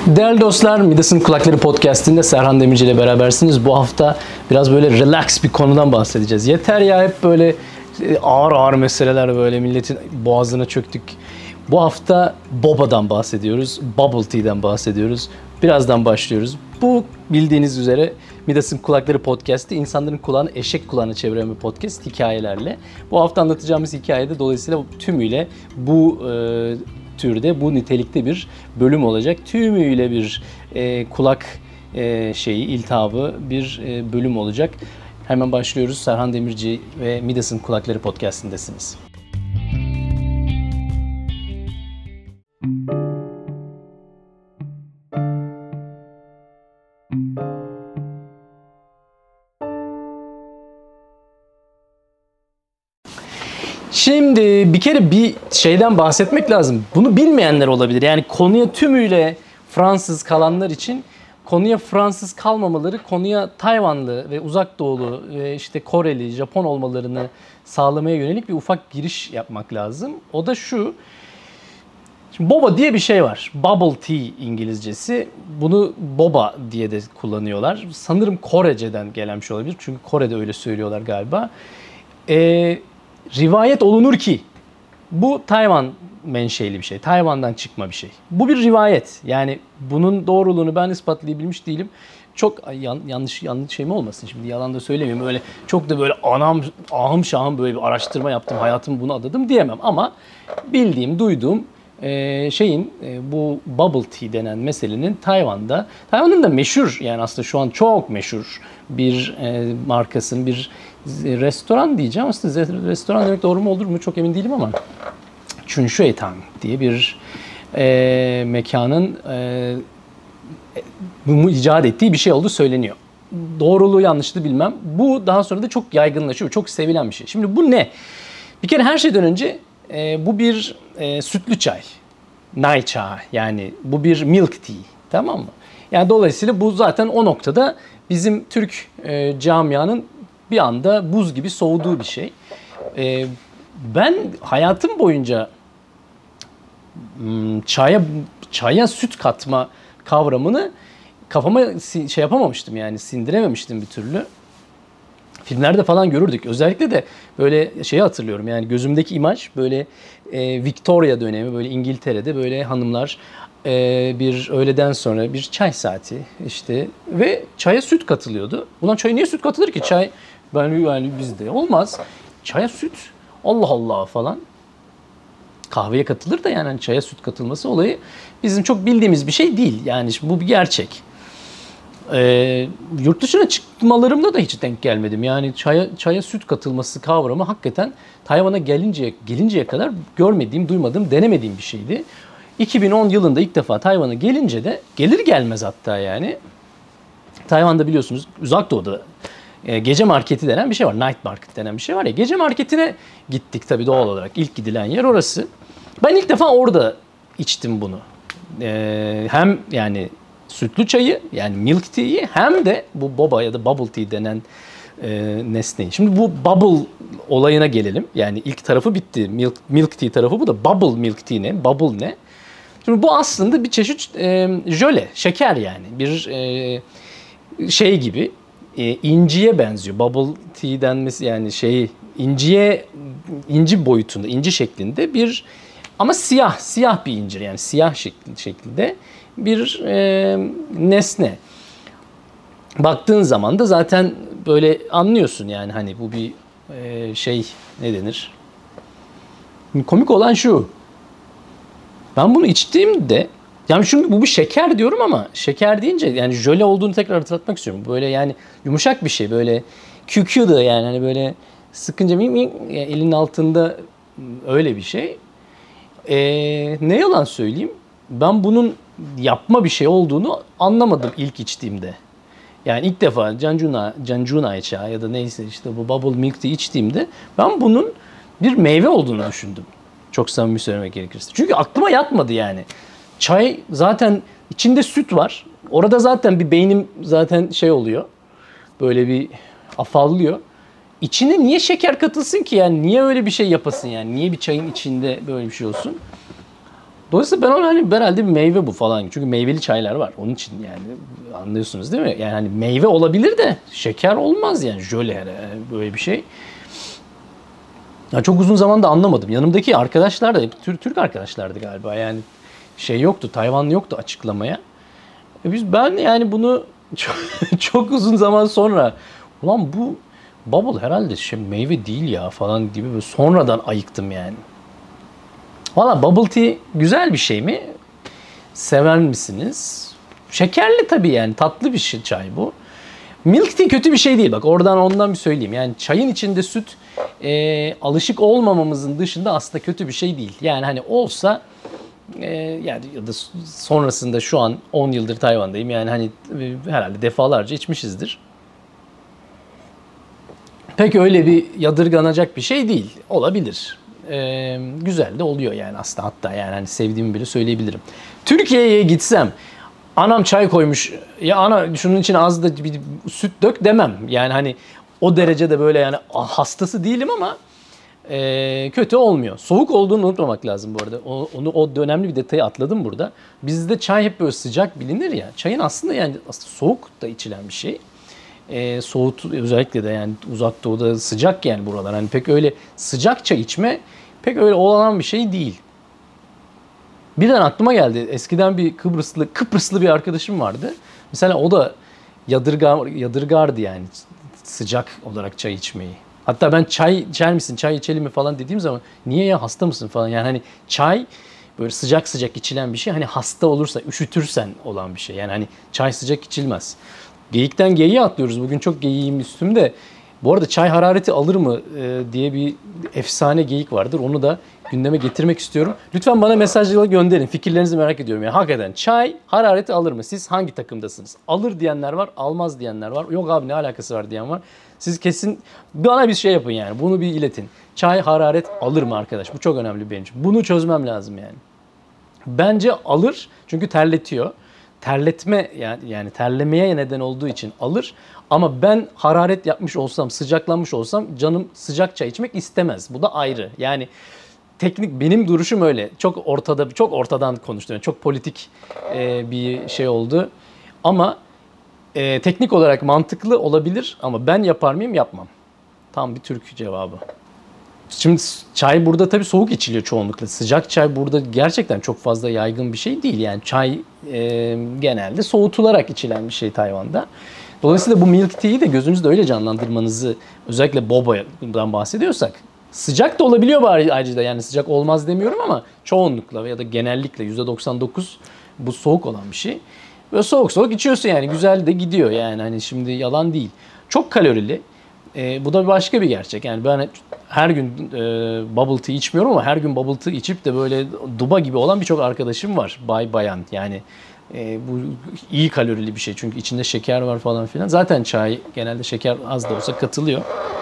Değerli dostlar, Midas'ın Kulakları Podcast'inde Serhan Demirci ile berabersiniz. Bu hafta biraz böyle relax bir konudan bahsedeceğiz. Yeter ya, hep böyle ağır ağır meseleler, böyle milletin boğazına çöktük. Bu hafta Boba'dan bahsediyoruz, Bubble Tea'den bahsediyoruz. Birazdan başlıyoruz. Bu bildiğiniz üzere Midas'ın Kulakları Podcast'ı insanların kulağını eşek kulağına çeviren bir podcast hikayelerle. Bu hafta anlatacağımız hikayede dolayısıyla tümüyle bu türde, bu nitelikte bir bölüm olacak. Tümüyle bir kulak iltihabı bir bölüm olacak. Hemen başlıyoruz. Serhan Demirci ve Midas'ın Kulakları Podcast'indesiniz. Şimdi bir kere bir şeyden bahsetmek lazım. Bunu bilmeyenler olabilir. Yani konuya tümüyle Fransız kalanlar için konuya Fransız kalmamaları, konuya Tayvanlı ve Uzak Doğulu ve işte Koreli, Japon olmalarını sağlamaya yönelik bir ufak giriş yapmak lazım. O da şu. Şimdi boba diye bir şey var. Bubble tea İngilizcesi. Bunu boba diye de kullanıyorlar. Sanırım Korece'den gelen bir şey olabilir. Çünkü Kore'de öyle söylüyorlar galiba. Rivayet olunur ki bu Tayvan menşeli bir şey. Tayvan'dan çıkma bir şey. Bu bir rivayet. Yani bunun doğruluğunu ben ispatlayabilmiş değilim. Çok yanlış şey mi olmasın, şimdi yalan da söylemiyorum. Öyle çok da böyle ahım şahım böyle bir araştırma yaptım, hayatımı buna adadım diyemem. Ama bildiğim, duyduğum bu bubble tea denen meselenin Tayvan'ın da meşhur, yani aslında şu an çok meşhur bir markasının, bir restoran diyeceğim. Aslında restoran demek doğru mu olur mu çok emin değilim ama Chunxuetang diye bir mekanın bunu icat ettiği bir şey olduğu söyleniyor. Doğruluğu yanlışlığı bilmem. Bu daha sonra da çok yaygınlaşıyor. Çok sevilen bir şey. Şimdi bu ne? Bir kere her şeyden önce bu bir sütlü çay. Nai cha, yani bu bir milk tea. Tamam mı? Yani dolayısıyla bu zaten o noktada bizim Türk camianın bir anda buz gibi soğuduğu bir şey. Ben hayatım boyunca çaya süt katma kavramını kafama yapamamıştım, yani sindirememiştim bir türlü. Filmlerde falan görürdük. Özellikle de böyle şeyi hatırlıyorum, yani gözümdeki imaj böyle Victoria dönemi, böyle İngiltere'de böyle hanımlar bir öğleden sonra bir çay saati işte ve çaya süt katılıyordu. Ulan çaya niye süt katılır ki? Çay yani bizde olmaz. Çaya süt, Allah Allah falan. Kahveye katılır da yani çaya süt katılması olayı bizim çok bildiğimiz bir şey değil. Yani bu bir gerçek. Yurt dışına çıkmalarımda da hiç denk gelmedim. Yani çaya süt katılması kavramı hakikaten Tayvan'a gelinceye kadar görmediğim, duymadığım, denemediğim bir şeydi. 2010 yılında ilk defa Tayvan'a gelince de, gelir gelmez hatta yani, Tayvan'da biliyorsunuz Uzak Doğu'da gece marketi denen bir şey var. Night market denen bir şey var ya. Gece marketine gittik tabii, doğal olarak. İlk gidilen yer orası. Ben ilk defa orada içtim bunu. Hem yani sütlü çayı, yani milk tea'yi, hem de bu boba ya da bubble tea denen nesneyi. Şimdi bu bubble olayına gelelim. Yani ilk tarafı bitti. Milk tea tarafı bu da. Bubble milk tea ne? Bubble ne? Şimdi bu aslında bir çeşit jöle, şeker yani. Bir şey gibi, inciye benziyor. Bubble tea denmesi yani inci boyutunda, inci şeklinde bir, ama siyah bir incir, yani siyah şeklinde bir nesne. Baktığın zaman da zaten böyle anlıyorsun, yani hani bu bir ne denir? Komik olan şu. Ben bunu içtiğimde, yani şimdi bu bir şeker diyorum ama şeker deyince yani jöle olduğunu tekrar hatırlatmak istiyorum. Böyle yani yumuşak bir şey, böyle QQ da, yani hani böyle sıkınca elin altında öyle bir şey. Ne yalan söyleyeyim, ben bunun yapma bir şey olduğunu anlamadım ilk içtiğimde. Yani ilk defa Cancuna çay ya da neyse işte bu bubble milk tea içtiğimde ben bunun bir meyve olduğunu düşündüm. Çok samimi söylemek gerekirse. Çünkü aklıma yatmadı yani. Çay zaten içinde süt var. Orada zaten bir beynim zaten oluyor. Böyle bir afallıyor. İçine niye şeker katılsın ki, yani niye öyle bir şey yapasın, yani niye bir çayın içinde böyle bir şey olsun? Dolayısıyla ben onu hani herhalde bir meyve bu falan. Çünkü meyveli çaylar var. Onun için yani anlıyorsunuz değil mi? Yani hani meyve olabilir de şeker olmaz yani. Jöle böyle bir şey. Ya çok uzun zaman da anlamadım. Yanımdaki arkadaşlar da hep Türk arkadaşlardı galiba. Yani şey yoktu, Tayvanlı yoktu açıklamaya. Ben yani bunu çok uzun zaman sonra ulan bu bubble herhalde meyve değil ya falan gibi böyle sonradan ayıktım yani. Valla bubble tea güzel bir şey mi? Sever misiniz? Şekerli tabii yani tatlı bir çay bu. Milk tea kötü bir şey değil bak ondan bir söyleyeyim. Yani çayın içinde süt alışık olmamamızın dışında aslında kötü bir şey değil. Yani hani olsa yani ya da sonrasında şu an 10 yıldır Tayvan'dayım. Yani hani herhalde defalarca içmişizdir. Pek öyle bir yadırganacak bir şey değil. Olabilir. Güzel de oluyor yani aslında hatta yani hani sevdiğimi bile söyleyebilirim. Türkiye'ye gitsem anam çay koymuş ya ana şunun için az da bir süt dök demem. Yani hani o derecede böyle yani hastası değilim ama kötü olmuyor. Soğuk olduğunu unutmamak lazım bu arada. O önemli bir detayı atladım burada. Bizde çay hep böyle sıcak bilinir ya. Çayın aslında yani aslında soğuk da içilen bir şey. Özellikle de yani uzak doğuda sıcak yani buralar. Hani pek öyle sıcak çay içme pek öyle olan bir şey değil. Birden aklıma geldi. Eskiden bir Kıbrıslı bir arkadaşım vardı. Mesela o da yadırgardı yani sıcak olarak çay içmeyi. Hatta ben çay içer misin, çay içelim mi falan dediğim zaman niye ya hasta mısın falan. Yani hani çay böyle sıcak sıcak içilen bir şey. Hani hasta olursa, üşütürsen olan bir şey. Yani hani çay sıcak içilmez. Geyikten geyiğe atlıyoruz. Bugün çok geyiğim üstümde. Bu arada çay harareti alır mı diye bir efsane geyik vardır. Onu da gündeme getirmek istiyorum. Lütfen bana mesajla gönderin. Fikirlerinizi merak ediyorum. Yani hakikaten çay harareti alır mı? Siz hangi takımdasınız? Alır diyenler var, almaz diyenler var. Yok abi ne alakası var diyen var. Siz kesin bana bir şey yapın yani. Bunu bir iletin. Çay hararet alır mı arkadaş? Bu çok önemli benim için. Bunu çözmem lazım yani. Bence alır çünkü terletiyor. Terletme yani terlemeye neden olduğu için alır. Ama ben hararet yapmış olsam, sıcaklanmış olsam canım sıcak çay içmek istemez. Bu da ayrı. Yani teknik benim duruşum öyle. Çok ortadan konuştum. Yani çok politik bir şey oldu. Ama teknik olarak mantıklı olabilir ama ben yapar mıyım? Yapmam. Tam bir Türk cevabı. Şimdi çay burada tabii soğuk içiliyor çoğunlukla. Sıcak çay burada gerçekten çok fazla yaygın bir şey değil. Yani çay genelde soğutularak içilen bir şey Tayvan'da. Dolayısıyla bu milk tea'yi de gözünüzde öyle canlandırmanızı özellikle boba'dan bahsediyorsak sıcak da olabiliyor ayrıca da yani sıcak olmaz demiyorum ama çoğunlukla ya da genellikle %99 bu soğuk olan bir şey. Böyle soğuk soğuk içiyorsun yani güzel de gidiyor yani hani şimdi yalan değil. Çok kalorili. Bu da başka bir gerçek. Yani ben her gün bubble tea içmiyorum ama her gün bubble tea içip de böyle duba gibi olan birçok arkadaşım var. Bayan yani bu iyi kalorili bir şey çünkü içinde şeker var falan filan. Zaten çay genelde şeker az da olsa katılıyor.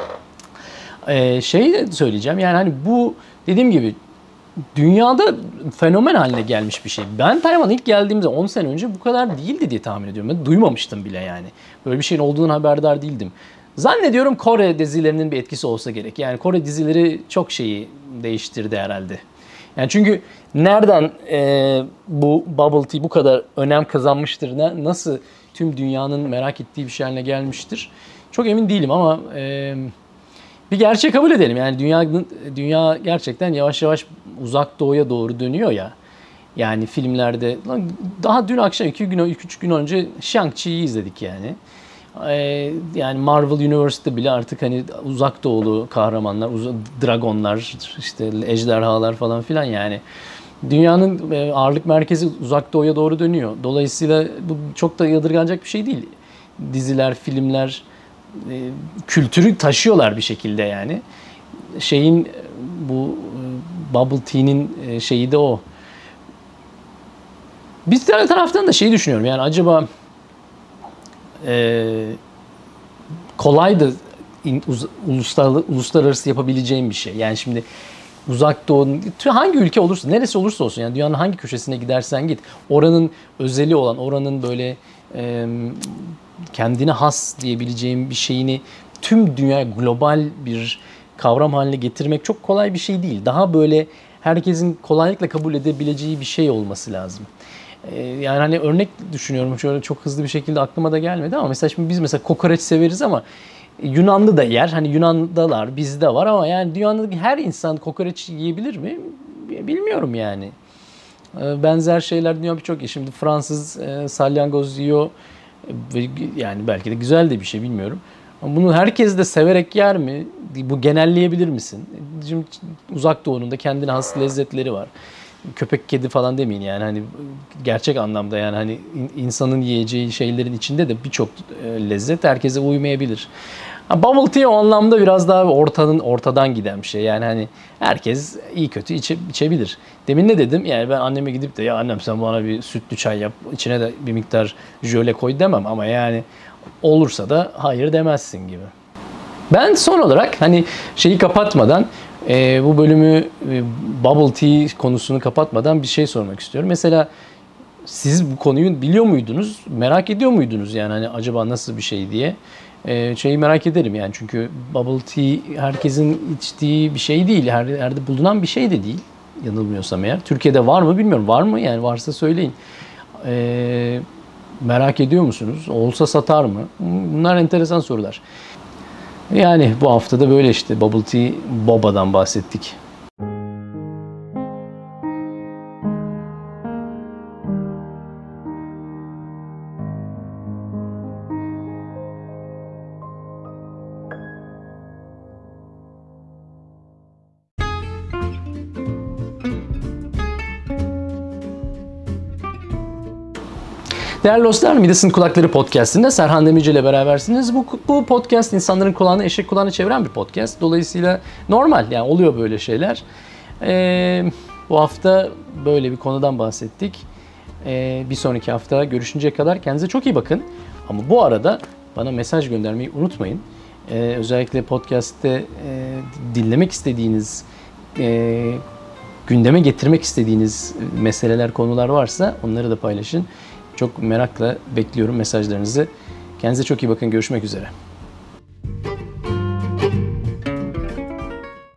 Şey de söyleyeceğim yani hani bu dediğim gibi dünyada fenomen haline gelmiş bir şey. Ben Tayvan'a ilk geldiğimde 10 sene önce bu kadar değildi diye tahmin ediyorum. Ben duymamıştım bile yani. Böyle bir şeyin olduğunu haberdar değildim. Zannediyorum Kore dizilerinin bir etkisi olsa gerek. Yani Kore dizileri çok şeyi değiştirdi herhalde. Yani çünkü nereden bu bubble tea bu kadar önem kazanmıştır, nasıl tüm dünyanın merak ettiği bir şey haline gelmiştir. Çok emin değilim ama bir gerçek kabul edelim. Yani dünya gerçekten yavaş yavaş uzak doğuya doğru dönüyor ya. Yani filmlerde daha dün akşam 2 gün önce Shang-Chi'yi izledik yani. Yani Marvel Universe'de bile artık hani uzak doğulu kahramanlar, dragonlar, işte ejderhalar falan filan yani. Dünyanın ağırlık merkezi uzak doğuya doğru dönüyor. Dolayısıyla bu çok da yadırganacak bir şey değil. Diziler, filmler kültürü taşıyorlar bir şekilde yani. Bu bubble tea'nin şeyi de o. Bir taraftan da şeyi düşünüyorum yani acaba kolay da uluslararası yapabileceğim bir şey. Yani şimdi uzak doğu hangi ülke olursa, neresi olursa olsun yani dünyanın hangi köşesine gidersen git. Oranın özeli olan, oranın böyle kendine has diyebileceğim bir şeyini tüm dünya global bir kavram haline getirmek çok kolay bir şey değil. Daha böyle herkesin kolaylıkla kabul edebileceği bir şey olması lazım. Yani hani örnek düşünüyorum, şöyle çok hızlı bir şekilde aklıma da gelmedi ama mesela şimdi biz mesela kokoreç severiz ama Yunanlı da yer. Hani Yunan'dalar, bizde var ama yani dünyadaki her insan kokoreç yiyebilir mi? Bilmiyorum yani. Benzer şeyler dünya birçok. Şimdi Fransız salyangoz yiyor. Yani belki de güzel de bir şey, bilmiyorum. Ama bunu herkes de severek yer mi? Bu genelleyebilir misin? Şimdi Uzak Doğu'nun da kendine has lezzetleri var. Köpek, kedi falan demeyin yani, hani gerçek anlamda yani hani insanın yiyeceği şeylerin içinde de birçok lezzet herkese uymayabilir. Bubble tea o anlamda biraz daha ortadan giden bir şey. Yani hani herkes iyi kötü içebilir. Demin ne dedim? Yani ben anneme gidip de ya annem sen bana bir sütlü çay yap, içine de bir miktar jöle koy demem ama yani olursa da hayır demezsin gibi. Ben son olarak hani şeyi kapatmadan, bu bölümü bubble tea konusunu kapatmadan bir şey sormak istiyorum. Mesela siz bu konuyu biliyor muydunuz? Merak ediyor muydunuz? Yani hani acaba nasıl bir şey diye. Şeyi merak ederim yani, çünkü bubble tea herkesin içtiği bir şey değil. Her yerde bulunan bir şey de değil. Yanılmıyorsam eğer. Türkiye'de var mı bilmiyorum. Var mı? Yani varsa söyleyin. Merak ediyor musunuz? Olsa satar mı? Bunlar enteresan sorular. Yani bu hafta da böyle işte bubble tea, boba'dan bahsettik. Değerli dostlar, Midas'ın Kulakları Podcast'inde Serhan Demirci ile berabersiniz. Bu podcast insanların kulağını eşek kulağını çeviren bir podcast. Dolayısıyla normal, yani oluyor böyle şeyler. Bu hafta böyle bir konudan bahsettik. Bir sonraki hafta görüşünceye kadar kendinize çok iyi bakın. Ama bu arada bana mesaj göndermeyi unutmayın. Özellikle podcast'te dinlemek istediğiniz, gündeme getirmek istediğiniz meseleler, konular varsa onları da paylaşın. Çok merakla bekliyorum mesajlarınızı. Kendinize çok iyi bakın. Görüşmek üzere.